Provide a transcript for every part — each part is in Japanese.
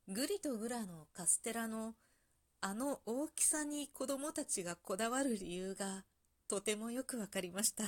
グリとグラのカステラのあの大きさに子供たちがこだわる理由がとてもよくわかりました。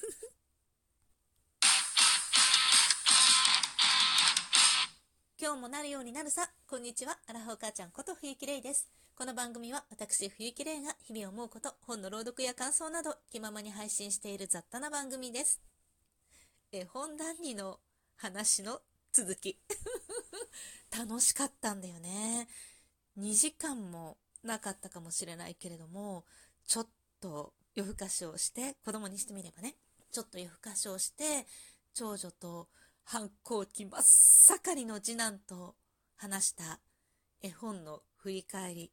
今日もなるようになるさ。こんにちは。アラフォー母ちゃんこと冬木玲です。この番組は私冬木玲が日々思うこと、本の朗読や感想など気ままに配信している雑多な番組です。絵本談義の話の続き。楽しかったんだよね。2時間もなかったかもしれないけれども、ちょっと夜更かしをして、子供にしてみればね、ちょっと夜更かしをして、長女と反抗期真っ盛りの次男と話した絵本の振り返り。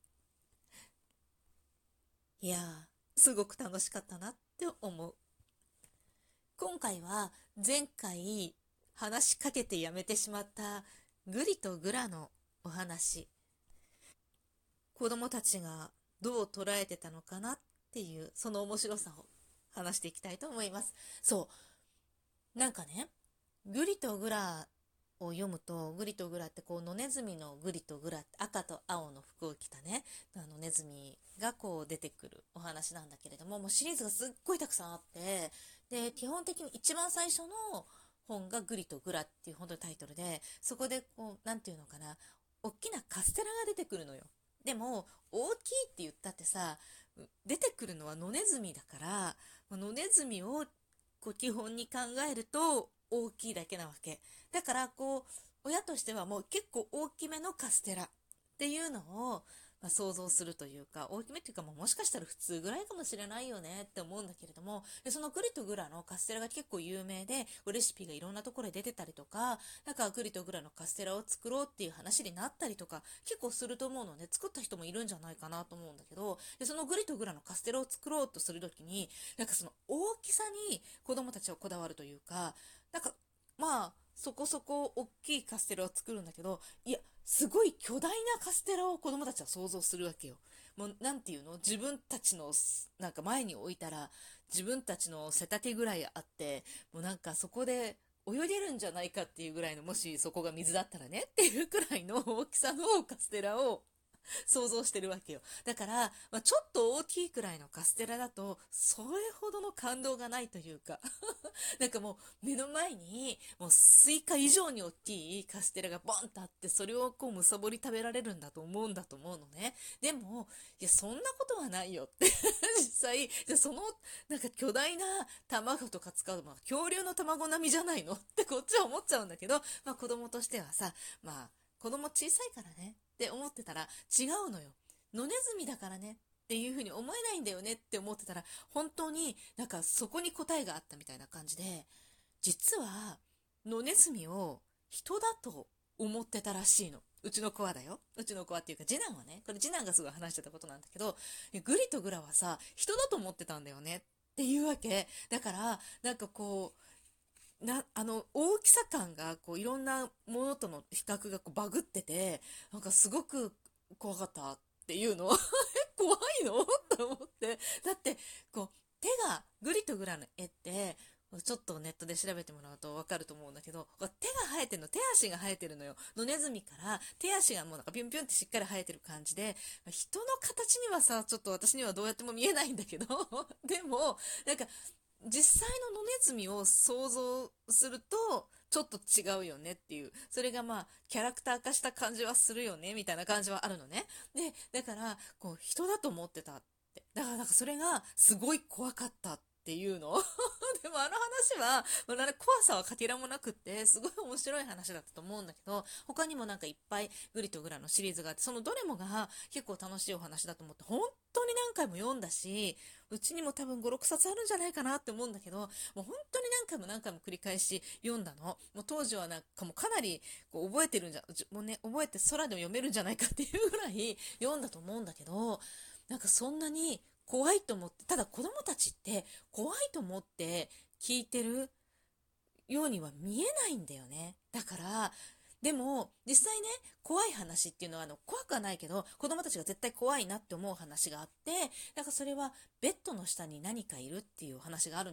いやー、すごく楽しかったなって思う。今回は前回話しかけてやめてしまったグリとグラのお話。子供たちがどう捉えてたのかなっていう、その面白さを話していきたいと思います。そう。なんかね、グリとグラを読むと、グリとグラってこう、野ネズミのグリとグラって赤と青の服を着たね、ネズミがこう出てくるお話なんだけれども、もうシリーズがすっごいたくさんあって、で、基本的に一番最初の本がグリとグラっていう本当にタイトルで、そこでこう、なんていうのかな、大きなカステラが出てくるのよ。でも、大きいって言ったってさ、出てくるのは野ネズミだから、野ネズミをこう基本に考えると大きいだけなわけ。だからこう、親としてはもう結構大きめのカステラっていうのを、想像するというか、大きめっていうか、もしかしたら普通ぐらいかもしれないよねって思うんだけれども、でそのグリとグラのカステラが結構有名で、レシピがいろんなところで出てたりとか、なんかグリとグラのカステラを作ろうっていう話になったりとか、結構すると思うので、作った人もいるんじゃないかなと思うんだけど、でそのグリとグラのカステラを作ろうとするときに、なんかその大きさに子供たちはこだわるというか、なんかまあ、そこそこ大きいカステラを作るんだけど、いや、すごい巨大なカステラを子供たちは想像するわけよ。もう、なんていうの、自分たちの、なんか前に置いたら、自分たちの背丈ぐらいあって、もうなんかそこで泳げるんじゃないかっていうぐらいの、もしそこが水だったらねっていうくらいの大きさのカステラを想像してるわけよ。だから、ちょっと大きいくらいのカステラだと、それほどの感動がないというかなんかもう目の前に、もうスイカ以上に大きいカステラがボンとあって、それをこうむさぼり食べられるんだと思うんだと思うのね。でも、いや、そんなことはないよって実際、じゃその、なんか巨大な卵とか使う、恐竜の卵並みじゃないのってこっちは思っちゃうんだけど、子供としてはさ、子供小さいからねって思ってたら違うのよ。野ネズミだからねっていうふうに思えないんだよねって思ってたら、本当になんかそこに答えがあったみたいな感じで、実は野ネズミを人だと思ってたらしいの。うちの子はだよ。うちの子はっていうか次男はね、これ次男がすごい話してたことなんだけど、グリとグラはさ、人だと思ってたんだよねっていうわけ。だから、なんかこう、大きさ感が、こう、いろんなものとの比較がこうバグってて、なんかすごく怖かったっていうの。怖いのと思って。だって、こう、手が、グリとグラの絵って、ちょっとネットで調べてもらうとわかると思うんだけど、手が生えてるの、手足が生えてるのよ。野ネズミから手足がもうなんかピュンピュンってしっかり生えてる感じで、人の形にはさ、ちょっと私にはどうやっても見えないんだけど、でも、なんか実際の野ネズミを想像すると、ちょっと違うよねっていう。それがキャラクター化した感じはするよね、みたいな感じはあるのね。で、だから、こう、人だと思ってたって。だから、なんかそれが、すごい怖かったっていうの。でもあの話は、怖さはかけらもなくって、すごい面白い話だったと思うんだけど、他にもなんかいっぱいグリとグラのシリーズがあって、そのどれもが結構楽しいお話だと思って、本当に何回も読んだし、うちにも多分5、6冊あるんじゃないかなって思うんだけど、もう本当に何回も何回も繰り返し読んだの。もう当時はなんかもうかなりこう覚えてるんじゃ、もうね、覚えて空でも読めるんじゃないかっていうぐらい読んだと思うんだけど、なんかそんなに怖いと思って、ただ子供たちって怖いと思って聞いてるようには見えないんだよね。だから、でも、実際ね、怖い話っていうのは、怖くはないけど、子供たちが絶対怖いなって思う話があって、だからそれは、ベッドの下に何かいるっていう話があるのよ。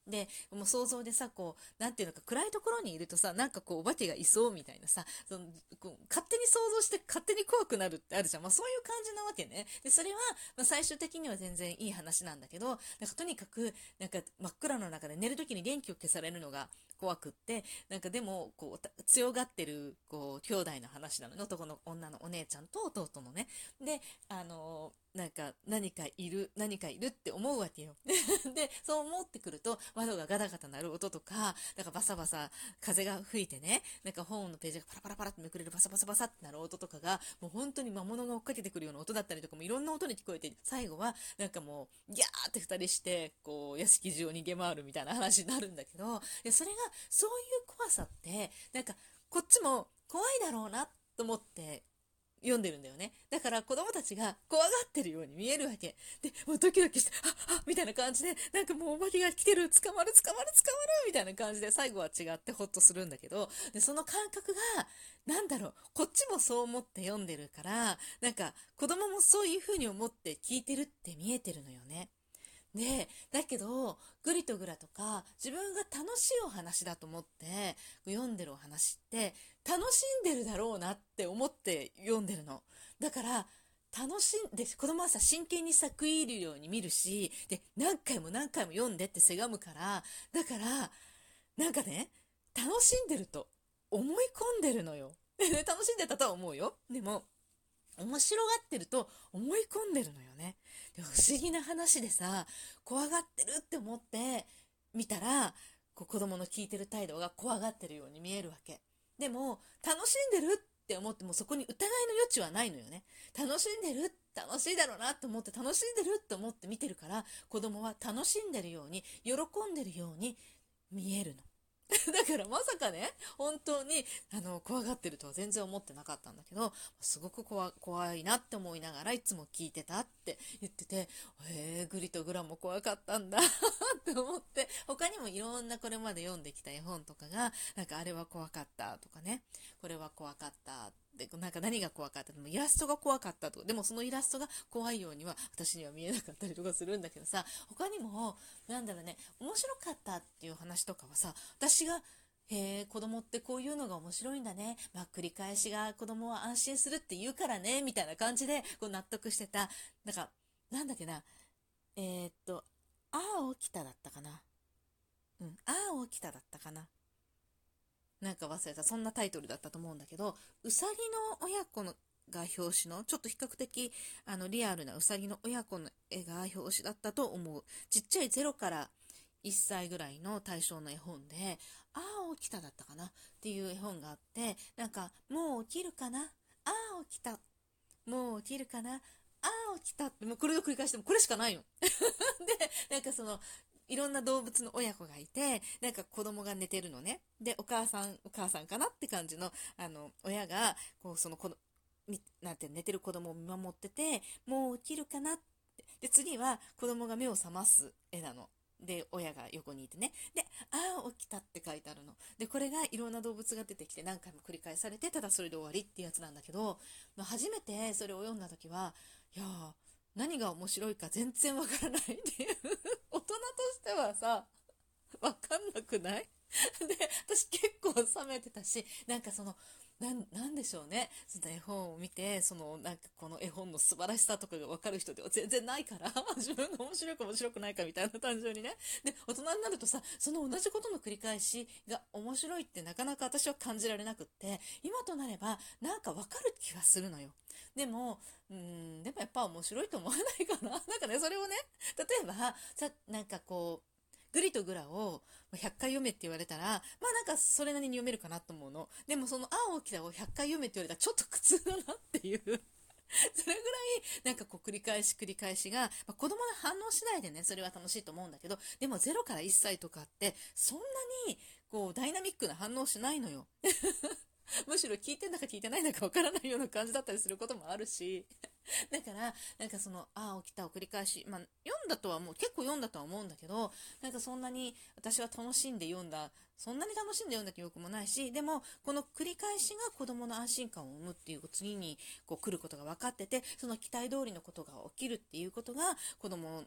で、もう想像でさ、こう、なんていうのか、暗いところにいるとさ、なんかこう、お化けがいそうみたいなさ、こう勝手に想像して勝手に怖くなるってあるじゃん。まあそういう感じなわけね。で、それは、まあ、最終的には全然いい話なんだけど、なんかとにかく、なんか真っ暗の中で寝るときに電気を消されるのが怖くって、なんかでも、こう、強がってる、こう、兄弟の話なのね。男の女のお姉ちゃんと弟のね。で、なんか何かいるって思うわけよ。で、そう思ってくると、窓がガタガタ鳴る音とか、なんかバサバサ風が吹いてね、なんか本のページがパラパラパラってめくれるバサバサバサって鳴る音とかが、もう本当に魔物が追っかけてくるような音だったりとかもいろんな音に聞こえて、最後はなんかもう、ギャーって二人して、こう、屋敷中を逃げ回るみたいな話になるんだけど、で、それが、そういう怖さって、なんか、こっちも怖いだろうなと思って読んでるんだよね。だから子供たちが怖がってるように見えるわけ。で、もうドキドキして、みたいな感じで、なんかもうお化けが来てる、捕まる、捕まる、捕まる、みたいな感じで、最後は違ってホッとするんだけど、で、その感覚が、なんだろう、こっちもそう思って読んでるから、なんか子供もそういう風に思って聞いてるって見えてるのよね。で、だけど、グリとグラとか、自分が楽しいお話だと思って読んでるお話って、楽しんでるだろうなって思って読んでるの。だから、楽しんで、子供はさ、真剣にさ、食い入るように見るし、で、何回も何回も読んでってせがむから、だから、なんかね、楽しんでると思い込んでるのよ。で楽しんでたとは思うよ。でも、面白がってると思い込んでるのよね。でも不思議な話でさ、怖がってるって思って見たら、こう子供の聞いてる態度が怖がってるように見えるわけ。でも、楽しんでるって思ってもそこに疑いの余地はないのよね。楽しんでる、楽しいだろうなと思って楽しんでるって思って見てるから、子供は楽しんでるように、喜んでるように見えるの。だからまさかね、本当に、怖がってるとは全然思ってなかったんだけど、すごく怖いなって思いながらいつも聞いてたって言ってて、グリとグラも怖かったんだって思って、他にもいろんなこれまで読んできた絵本とかが、なんかあれは怖かったとかね、これは怖かったで、なんか何が怖かったでもイラストが怖かったとか、でもそのイラストが怖いようには私には見えなかったりとかするんだけどさ、他にも、なんだろうね、面白かったっていう話とかはさ、私が、へえ、子供ってこういうのが面白いんだね。まあ、繰り返しが子供は安心するって言うからね、みたいな感じで、こう納得してた。なんか、なんだっけな。ああ、起きただったかな。うん、ああ、起きただったかな。なんか忘れた。そんなタイトルだったと思うんだけど、うさぎの親子のが表紙の、ちょっと比較的、リアルなうさぎの親子の絵が表紙だったと思う。ちっちゃい0から1歳ぐらいの対象の絵本で、ああ、起きただったかなっていう絵本があって、なんか、もう起きるかな、ああ、起きた。もう起きるかな、ああ、起きたって、もうこれを繰り返してもこれしかないの。で、なんかその、いろんな動物の親子がいて、なんか子供が寝てるのね。で、お母さんかなって感じの、親が、こう、その子の、なんて寝てる子供を見守ってて、もう起きるかなって。で、次は子供が目を覚ます絵なの。で、親が横にいてね。で、ああ、起きたって書いてあるの。で、これがいろんな動物が出てきて何回も繰り返されて、ただそれで終わりっていうやつなんだけど、まあ、初めてそれを読んだ時は、いやー、何が面白いか全然わからないっていう大人としてはさ、わかんなくないで、私結構冷めてたし、なんかその、なんでしょうね。その絵本を見て、なんかこの絵本の素晴らしさとかがわかる人では全然ないから、自分が面白いか面白くないかみたいな単純にね。で、大人になるとさ、その同じことの繰り返しが面白いってなかなか私は感じられなくって、今となればなんかわかる気がするのよ。でも、でもやっぱ面白いと思わないかな。なんかね、それをね、例えば、なんかこう、グリとグラを100回読めって言われたら、まあなんかそれなりに読めるかなと思うの。でもその青起きたを100回読めって言われたらちょっと苦痛だなっていう。それぐらいなんかこう繰り返し繰り返しが、まあ、子供の反応次第でね、それは楽しいと思うんだけど、でも0から1歳とかってそんなにこうダイナミックな反応しないのよ。むしろ聞いてんだか聞いてないんだかわからないような感じだったりすることもあるし、だから、なんかその、ああ、起きたを繰り返し、まあ、読んだとはもう、結構読んだとは思うんだけど、なんかそんなに私は楽しんで読んだ、そんなに楽しんで読んだ記憶もないし、でも、この繰り返しが子供の安心感を生むっていう次にこう来ることが分かってて、その期待通りのことが起きるっていうことが子供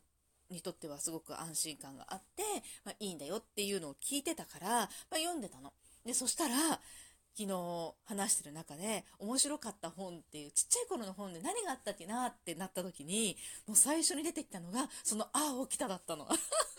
にとってはすごく安心感があって、いいんだよっていうのを聞いてたから、読んでたの。で、そしたら、昨日話してる中で面白かった本っていうちっちゃい頃の本で何があったっけなってなった時に、もう最初に出てきたのがその「ああ起きた」だったの。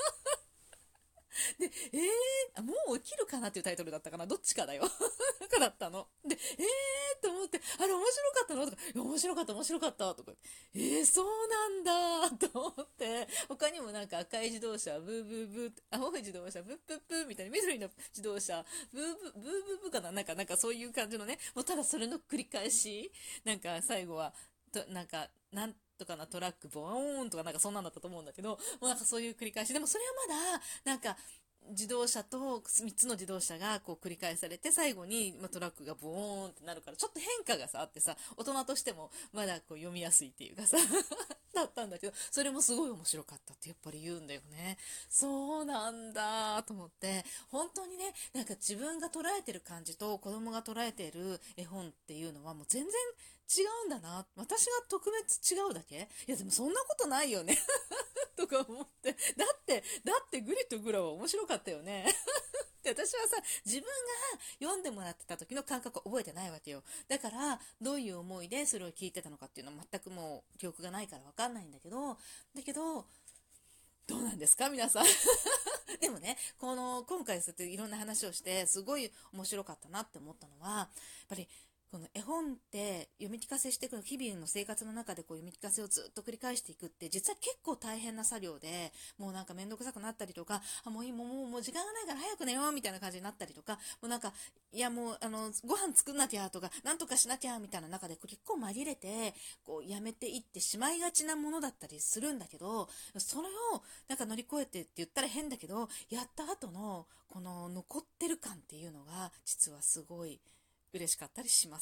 で、もう起きるかなっていうタイトルだったかな、どっちかだよ。なんかだったの。で、と思って、あれ面白かったのとか、いや面白かった、面白かったとか、そうなんだと思って、他にもなんか赤い自動車、ブーブーブー、青い自動車、ブッブッブーみたいな、緑の自動車、ブーブー、ブーブーブーかな、なんかそういう感じのね、もうただそれの繰り返し、なんか最後は、なんとかなトラックボーンとかなんかそんなんだったと思うんだけど、もうなんかそういう繰り返し。でもそれはまだ、なんか、自動車と3つの自動車がこう繰り返されて最後に、トラックがボーンってなるからちょっと変化がさあってさ、大人としてもまだこう読みやすいっていうかさだったんだけど、それもすごい面白かったってやっぱり言うんだよね。そうなんだと思って、本当にね、なんか自分が捉えてる感じと子供が捉えている絵本っていうのはもう全然違うんだな。私が特別違うだけ、いやでもそんなことないよねとか思って。だってグリとグラは面白かったよね。で、私はさ、自分が読んでもらってた時の感覚を覚えてないわけよ。だから、どういう思いでそれを聞いてたのかっていうのは全くもう記憶がないからわかんないんだけど、どうなんですか皆さん。でもね、今回そうやっていろんな話をして、すごい面白かったなって思ったのは、やっぱり、この絵本って読み聞かせしていくの、日々の生活の中でこう読み聞かせをずっと繰り返していくって、実は結構大変な作業で、もうなんかめんどくさくなったりとか、もういい、もう時間がないから早く寝ようみたいな感じになったりとか、もうなんか、いやもうご飯作んなきゃとか、なんとかしなきゃみたいな中で結構紛れて、こうやめていってしまいがちなものだったりするんだけど、それをなんか乗り越えてって言ったら変だけど、やった後のこの残ってる感っていうのが実はすごい嬉しかったりします。